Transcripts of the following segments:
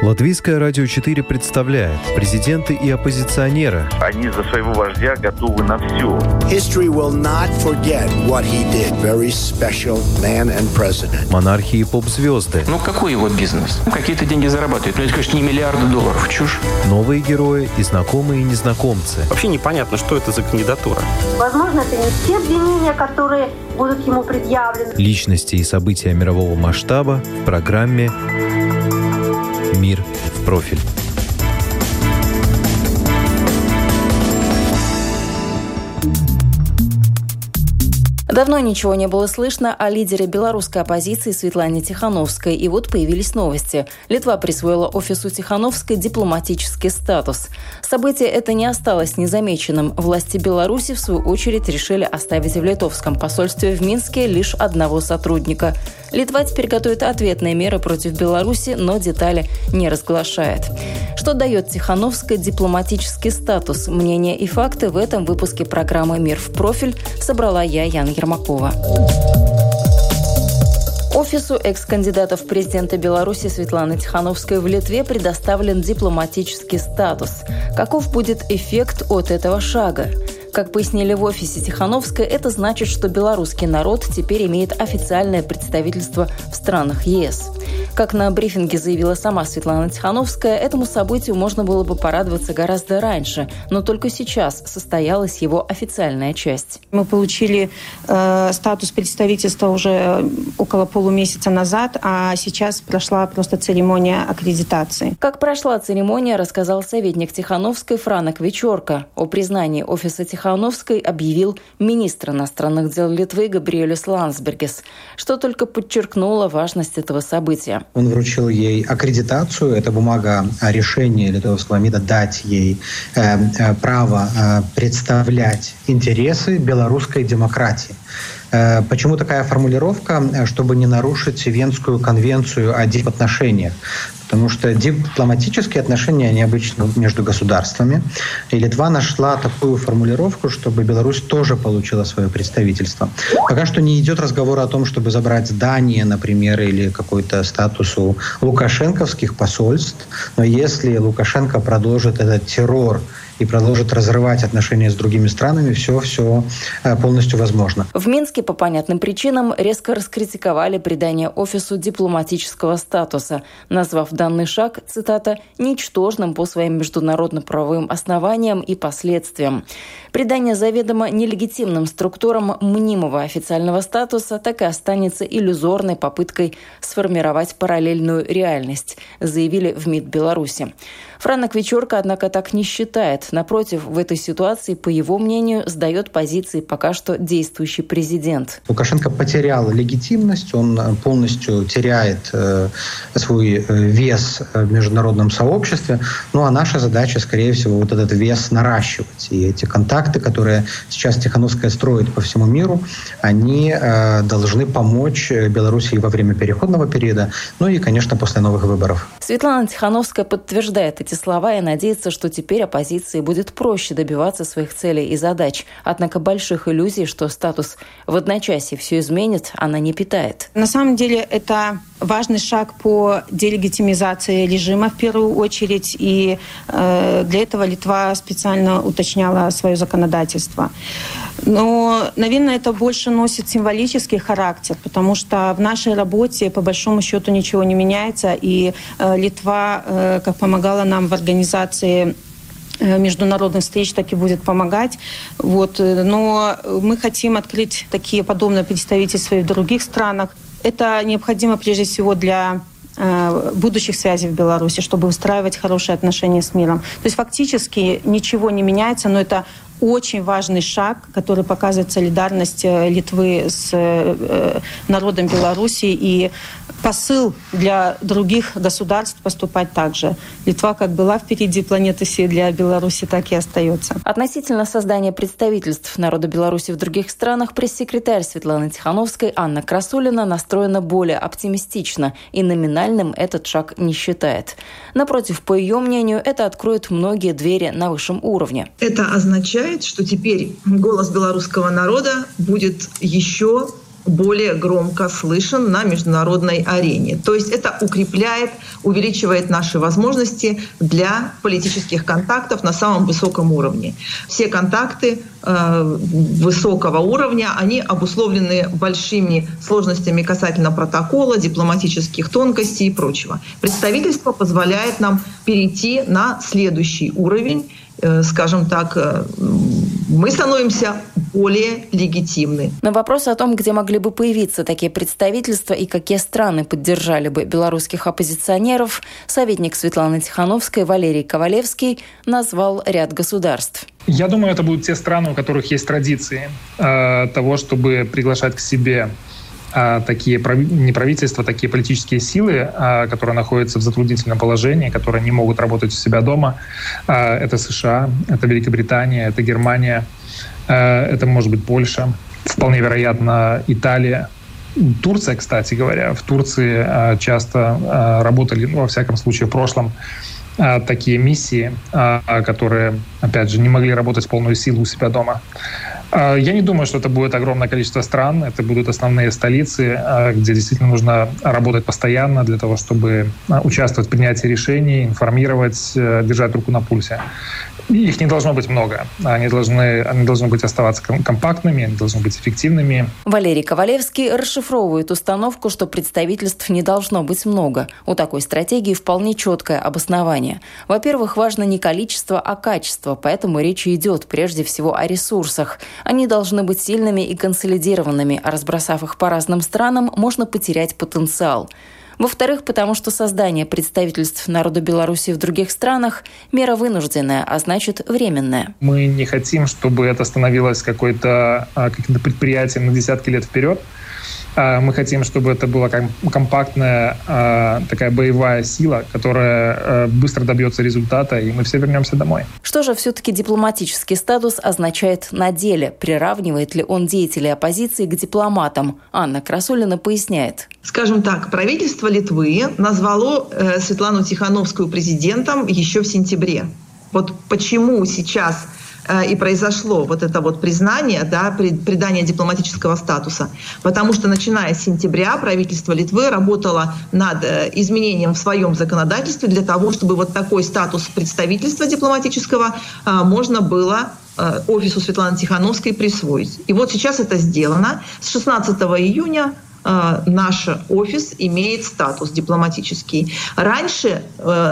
Латвийское радио 4 представляет президенты и оппозиционеры. Они за своего вождя готовы на все. History will not forget what he did. Very special man and president. Монархи и поп-звезды. Какой его бизнес? Какие-то деньги зарабатывают. Это, конечно, не миллиарды долларов. Чушь. Новые герои и знакомые и незнакомцы. Вообще непонятно, что это за кандидатура. Возможно, это не те обвинения, которые будут ему предъявлены. Личности и события мирового масштаба в программе «Мир в профиль». Давно ничего не было слышно о лидере белорусской оппозиции Светлане Тихановской. И вот появились новости. Литва присвоила офису Тихановской дипломатический статус. Событие это не осталось незамеченным. Власти Беларуси, в свою очередь, решили оставить в литовском посольстве в Минске лишь одного сотрудника. Литва теперь готовит ответные меры против Беларуси, но детали не разглашает. Что дает Тихановской дипломатический статус? Мнения и факты в этом выпуске программы «Мир в профиль» собрала я, Яна Ермакова. Офису экс-кандидата в президенты Беларуси Светланы Тихановской в Литве предоставлен дипломатический статус. Каков будет эффект от этого шага? Как пояснили в офисе Тихановской, это значит, что белорусский народ теперь имеет официальное представительство в странах ЕС. Как на брифинге заявила сама Светлана Тихановская, этому событию можно было бы порадоваться гораздо раньше, но только сейчас состоялась его официальная часть. Мы получили статус представительства уже около полумесяца назад, а сейчас прошла просто церемония аккредитации. Как прошла церемония, рассказал советник Тихановской Франак Вечорка. О признании офиса Тихановской объявил министр иностранных дел Литвы Габриэлис Ландсбергис, что только подчеркнуло важность этого события. Он вручил ей аккредитацию. Это бумага о решении литовского МИДа дать ей право представлять интересы белорусской демократии. Почему такая формулировка? Чтобы не нарушить Венскую конвенцию о дипотношениях. Потому что дипломатические отношения, они обычно между государствами. И Литва нашла такую формулировку, чтобы Беларусь тоже получила свое представительство. Пока что не идет разговор о том, чтобы забрать здание, например, или какой-то статус у лукашенковских посольств. Но если Лукашенко продолжит этот террор и продолжит разрывать отношения с другими странами, все полностью возможно. В Минске по понятным причинам резко раскритиковали придание офису дипломатического статуса, назвав данный шаг, цитата, «ничтожным по своим международно-правовым основаниям и последствиям». Придание заведомо нелегитимным структурам мнимого официального статуса так и останется иллюзорной попыткой сформировать параллельную реальность, заявили в МИД Беларуси. Франак Вечорка, однако, так не считает. Напротив, в этой ситуации, по его мнению, сдает позиции пока что действующий президент. Лукашенко потерял легитимность, он полностью теряет свой вес в международном сообществе. Ну а наша задача, скорее всего, вот этот вес наращивать. И эти контакты, которые сейчас Тихановская строит по всему миру, они должны помочь Беларуси во время переходного периода, ну и, конечно, после новых выборов. Светлана Тихановская подтверждает эти слова и надеется, что теперь оппозиции будет проще добиваться своих целей и задач. Однако больших иллюзий, что статус в одночасье все изменит, она не питает. На самом деле это важный шаг по делегитимизации режима в первую очередь. И для этого Литва специально уточняла свое законодательство. Но, наверное, это больше носит символический характер, потому что в нашей работе, по большому счету, ничего не меняется. И Литва, как помогала нам в организации международных встреч, так и будет помогать. Но мы хотим открыть такие подобные представительства и в других странах. Это необходимо прежде всего для будущих связей в Беларуси, чтобы устраивать хорошие отношения с миром. То есть фактически ничего не меняется, но это очень важный шаг, который показывает солидарность Литвы с народом Беларуси и посыл для других государств поступать так же. Литва как была впереди планеты всей, для Беларуси так и остается. Относительно создания представительств народа Беларуси в других странах пресс-секретарь Светланы Тихановской Анна Красулина настроена более оптимистично и номинальным этот шаг не считает. Напротив, по ее мнению, это откроет многие двери на высшем уровне. Это означает, что теперь голос белорусского народа будет еще более громко слышен на международной арене. То есть это укрепляет, увеличивает наши возможности для политических контактов на самом высоком уровне. Все контакты высокого уровня, они обусловлены большими сложностями касательно протокола, дипломатических тонкостей и прочего. Представительство позволяет нам перейти на следующий уровень, скажем так, мы становимся более легитимны. На вопрос о том, где могли бы появиться такие представительства и какие страны поддержали бы белорусских оппозиционеров, советник Светланы Тихановской Валерий Ковалевский назвал ряд государств. Я думаю, это будут те страны, у которых есть традиции того, чтобы приглашать к себе такие не правительства, такие политические силы, которые находятся в затруднительном положении, которые не могут работать у себя дома. Это США, это Великобритания, это Германия, это, может быть, Польша, вполне вероятно, Италия. Турция, кстати говоря. В Турции часто работали, во всяком случае, в прошлом, такие миссии, которые, опять же, не могли работать в полную силу у себя дома. Я не думаю, что это будет огромное количество стран. Это будут основные столицы, где действительно нужно работать постоянно для того, чтобы участвовать в принятии решений, информировать, держать руку на пульсе. Их не должно быть много. Они должны быть оставаться компактными, они должны быть эффективными. Валерий Ковалевский расшифровывает установку, что представительств не должно быть много. У такой стратегии вполне четкое обоснование. Во-первых, важно не количество, а качество, поэтому речь идет прежде всего о ресурсах. Они должны быть сильными и консолидированными, а разбросав их по разным странам, можно потерять потенциал. Во-вторых, потому что создание представительств народа Беларуси в других странах – мера вынужденная, а значит временная. Мы не хотим, чтобы это становилось каким-то предприятием на десятки лет вперед. Мы хотим, чтобы это была компактная такая боевая сила, которая быстро добьется результата, и мы все вернемся домой. Что же все-таки дипломатический статус означает на деле? Приравнивает ли он деятелей оппозиции к дипломатам? Анна Красулина поясняет. Скажем так, правительство Литвы назвало Светлану Тихановскую президентом еще в сентябре. Вот почему сейчас и произошло вот это вот признание, придание дипломатического статуса. Потому что начиная с сентября правительство Литвы работало над изменением в своем законодательстве для того, чтобы вот такой статус представительства дипломатического можно было офису Светланы Тихановской присвоить. И вот сейчас это сделано. С 16 июня наш офис имеет статус дипломатический. Раньше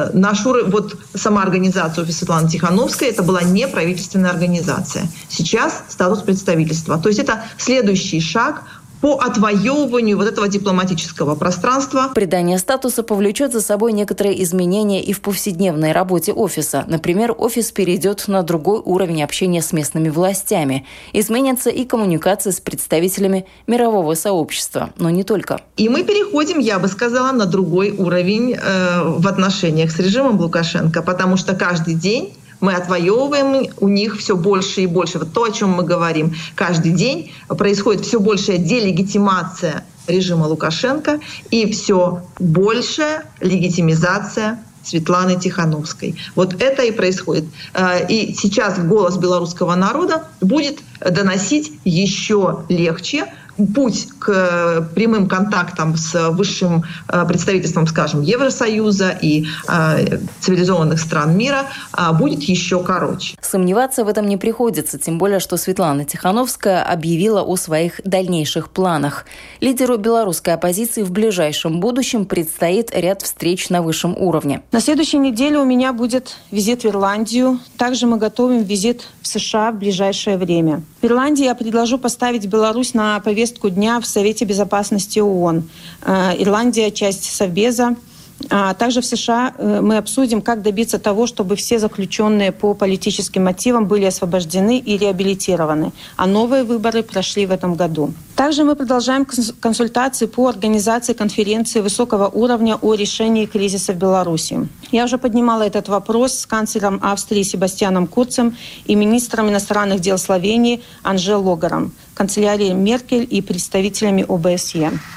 сама организация офиса Светланы Тихановской это была не правительственная организация. Сейчас статус представительства. То есть это следующий шаг по отвоевыванию вот этого дипломатического пространства. Придание статуса повлечет за собой некоторые изменения и в повседневной работе офиса. Например, офис перейдет на другой уровень общения с местными властями. Изменится и коммуникация с представителями мирового сообщества, но не только. И мы переходим, я бы сказала, на другой уровень в отношениях с режимом Лукашенко, потому что каждый день мы отвоевываем у них все больше и больше. Вот то, о чем мы говорим. Каждый день происходит все большая делегитимация режима Лукашенко и все большая легитимизация Светланы Тихановской. Вот это и происходит. И сейчас голос белорусского народа будет доносить еще легче. Путь к прямым контактам с высшим представительством, скажем, Евросоюза и цивилизованных стран мира будет еще короче. Сомневаться в этом не приходится, тем более, что Светлана Тихановская объявила о своих дальнейших планах. Лидеру белорусской оппозиции в ближайшем будущем предстоит ряд встреч на высшем уровне. На следующей неделе у меня будет визит в Ирландию. Также мы готовим визит в США в ближайшее время. В Ирландии я предложу поставить Беларусь на повестку дня в Совете Безопасности ООН. Ирландия – часть Совбеза. Также в США мы обсудим, как добиться того, чтобы все заключенные по политическим мотивам были освобождены и реабилитированы, а новые выборы прошли в этом году. Также мы продолжаем консультации по организации конференции высокого уровня о решении кризиса в Беларуси. Я уже поднимала этот вопрос с канцлером Австрии Себастьяном Курцем и министром иностранных дел Словении Анже Логаром, канцелярией Меркель и представителями ОБСЕ.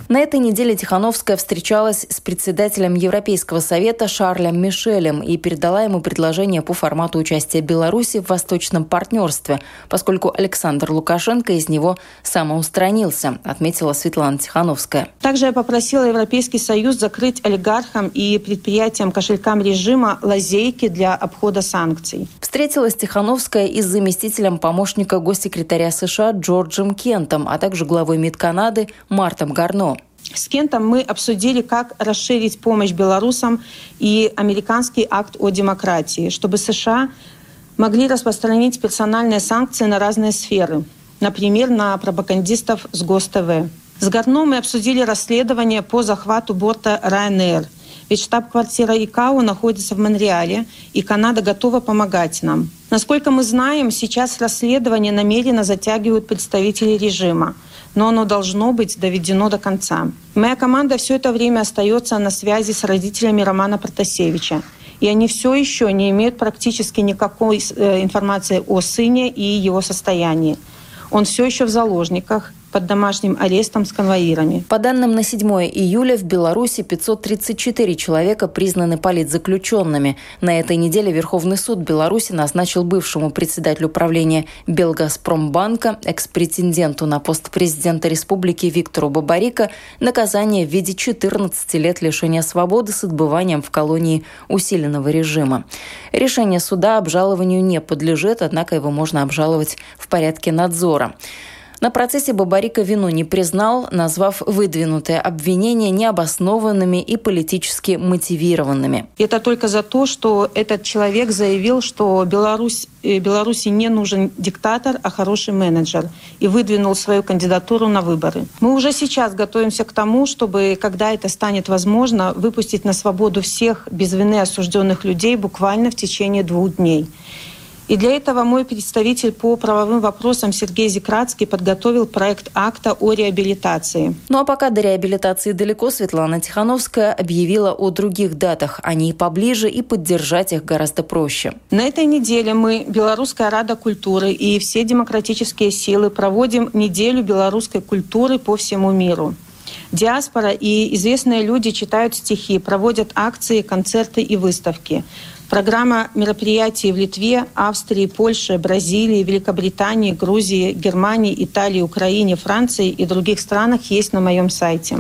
На этой неделе Тихановская встречалась с председателем Европейского совета Шарлем Мишелем и передала ему предложение по формату участия Беларуси в Восточном партнерстве, поскольку Александр Лукашенко из него самоустранился, отметила Светлана Тихановская. Также я попросила Европейский Союз закрыть олигархам и предприятиям-кошелькам режима лазейки для обхода санкций. Встретилась Тихановская и с заместителем помощника госсекретаря США Джорджем Кентом, а также главой МИД Канады Мартом Гарно. С Кентом мы обсудили, как расширить помощь белорусам и американский акт о демократии, чтобы США могли распространить персональные санкции на разные сферы, например, на пропагандистов с ГосТВ. С Гарно мы обсудили расследование по захвату борта Ryanair. Ведь штаб-квартира ИКАО находится в Монреале, и Канада готова помогать нам. Насколько мы знаем, сейчас расследование намеренно затягивают представители режима, но оно должно быть доведено до конца. Моя команда все это время остается на связи с родителями Романа Протасевича, и они все еще не имеют практически никакой информации о сыне и его состоянии. Он все еще в заложниках, под домашним арестом с конвоирами. По данным на 7 июля в Беларуси 534 человека признаны политзаключенными. На этой неделе Верховный суд Беларуси назначил бывшему председателю правления Белгазпромбанка, экс-претенденту на пост президента республики Виктору Бабарико, наказание в виде 14 лет лишения свободы с отбыванием в колонии усиленного режима. Решение суда обжалованию не подлежит, однако его можно обжаловать в порядке надзора. На процессе Бабарико вину не признал, назвав выдвинутые обвинения необоснованными и политически мотивированными. Это только за то, что этот человек заявил, что Беларуси не нужен диктатор, а хороший менеджер, и выдвинул свою кандидатуру на выборы. Мы уже сейчас готовимся к тому, чтобы, когда это станет возможно, выпустить на свободу всех без вины осужденных людей буквально в течение 2 дней. И для этого мой представитель по правовым вопросам Сергей Зикратский подготовил проект акта о реабилитации. Ну а пока до реабилитации далеко, Светлана Тихановская объявила о других датах. Они поближе, и поддержать их гораздо проще. На этой неделе мы, Белорусская рада культуры и все демократические силы, проводим неделю белорусской культуры по всему миру. Диаспора и известные люди читают стихи, проводят акции, концерты и выставки. Программа мероприятий в Литве, Австрии, Польше, Бразилии, Великобритании, Грузии, Германии, Италии, Украине, Франции и других странах есть на моем сайте.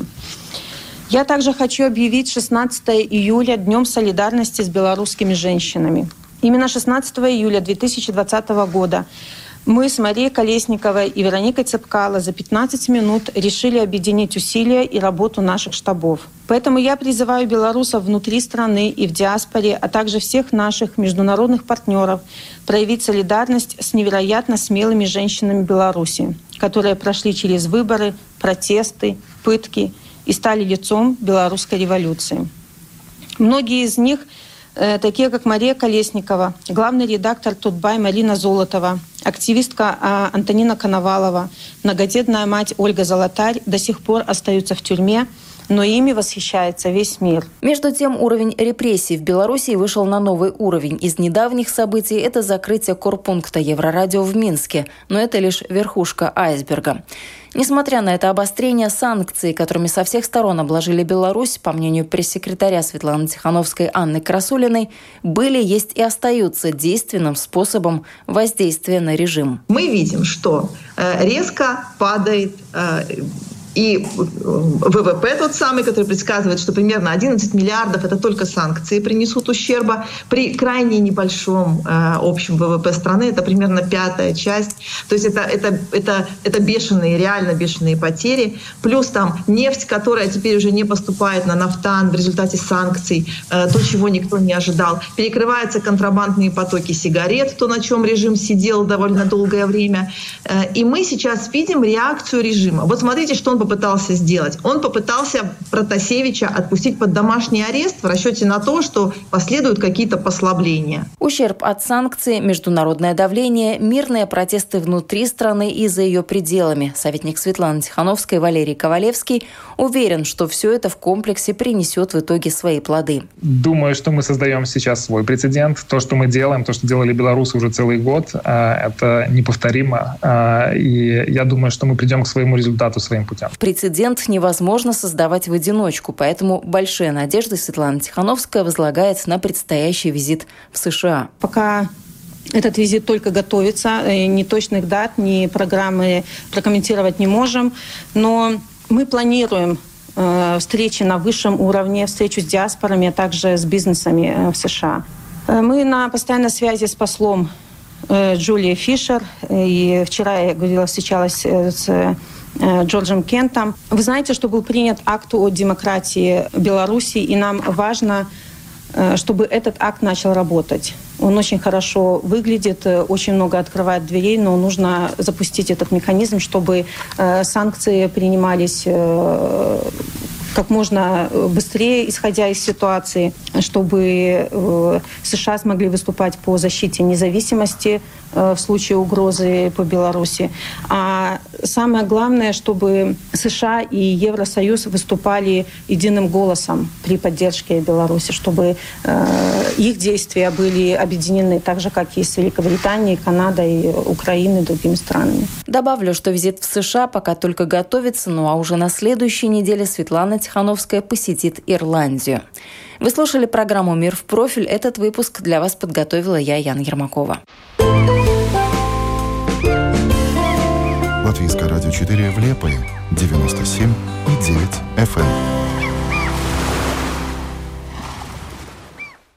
Я также хочу объявить 16 июля Днем солидарности с белорусскими женщинами. Именно 16 июля 2020 года мы с Марией Колесниковой и Вероникой Цепкало за 15 минут решили объединить усилия и работу наших штабов. Поэтому я призываю белорусов внутри страны и в диаспоре, а также всех наших международных партнеров проявить солидарность с невероятно смелыми женщинами Беларуси, которые прошли через выборы, протесты, пытки и стали лицом белорусской революции. Многие из них, такие как Мария Колесникова, главный редактор Тутбай Марина Золотова, активистка Антонина Коновалова, многодетная мать Ольга Золотарь, до сих пор остаются в тюрьме, но ими восхищается весь мир. Между тем, уровень репрессий в Беларуси вышел на новый уровень. Из недавних событий это закрытие корпункта Еврорадио в Минске, но это лишь верхушка айсберга. Несмотря на это обострение, санкций, которыми со всех сторон обложили Беларусь, по мнению пресс-секретаря Светланы Тихановской Анны Красулиной, были, есть и остаются действенным способом воздействия на режим. Мы видим, что резко падает и ВВП тот самый, который предсказывает, что примерно 11 миллиардов это только санкции принесут ущерба. При крайне небольшом общем ВВП страны это примерно 1/5 часть. То есть это бешеные, реально бешеные потери. Плюс там нефть, которая теперь уже не поступает на нафтан в результате санкций, то, чего никто не ожидал. Перекрываются контрабандные потоки сигарет, то, на чем режим сидел довольно долгое время. И мы сейчас видим реакцию режима. Вот смотрите, что он попытался сделать. Он попытался Протасевича отпустить под домашний арест в расчете на то, что последуют какие-то послабления. Ущерб от санкций, международное давление, мирные протесты внутри страны и за ее пределами. Советник Светланы Тихановской Валерий Ковалевский уверен, что все это в комплексе принесет в итоге свои плоды. Думаю, что мы создаем сейчас свой прецедент. То, что мы делаем, то, что делали белорусы уже целый год, это неповторимо. И я думаю, что мы придем к своему результату своим путем. Прецедент невозможно создавать в одиночку, поэтому большие надежды Светлана Тихановская возлагает на предстоящий визит в США. Пока этот визит только готовится, ни точных дат, ни программы прокомментировать не можем, но мы планируем встречи на высшем уровне, встречу с диаспорами, а также с бизнесами в США. Мы на постоянной связи с послом Джулией Фишер, и вчера я говорила, встречалась с Джорджем Кентом. Вы знаете, что был принят акт о демократии Беларуси, и нам важно, чтобы этот акт начал работать. Он очень хорошо выглядит, очень много открывает дверей, но нужно запустить этот механизм, чтобы санкции принимались как можно быстрее, исходя из ситуации, чтобы США смогли выступать по защите независимости в случае угрозы по Беларуси. А самое главное, чтобы США и Евросоюз выступали единым голосом при поддержке Беларуси, чтобы их действия были объединены так же, как и с Великобританией, Канадой, Украиной и другими странами. Добавлю, что визит в США пока только готовится, ну а уже на следующей неделе Светлана Тихановская посетит Ирландию. Вы слушали программу «Мир в профиль». Этот выпуск для вас подготовила я, Яна Ермакова. Латвийское радио 4 в Лепое, 97,9 FM.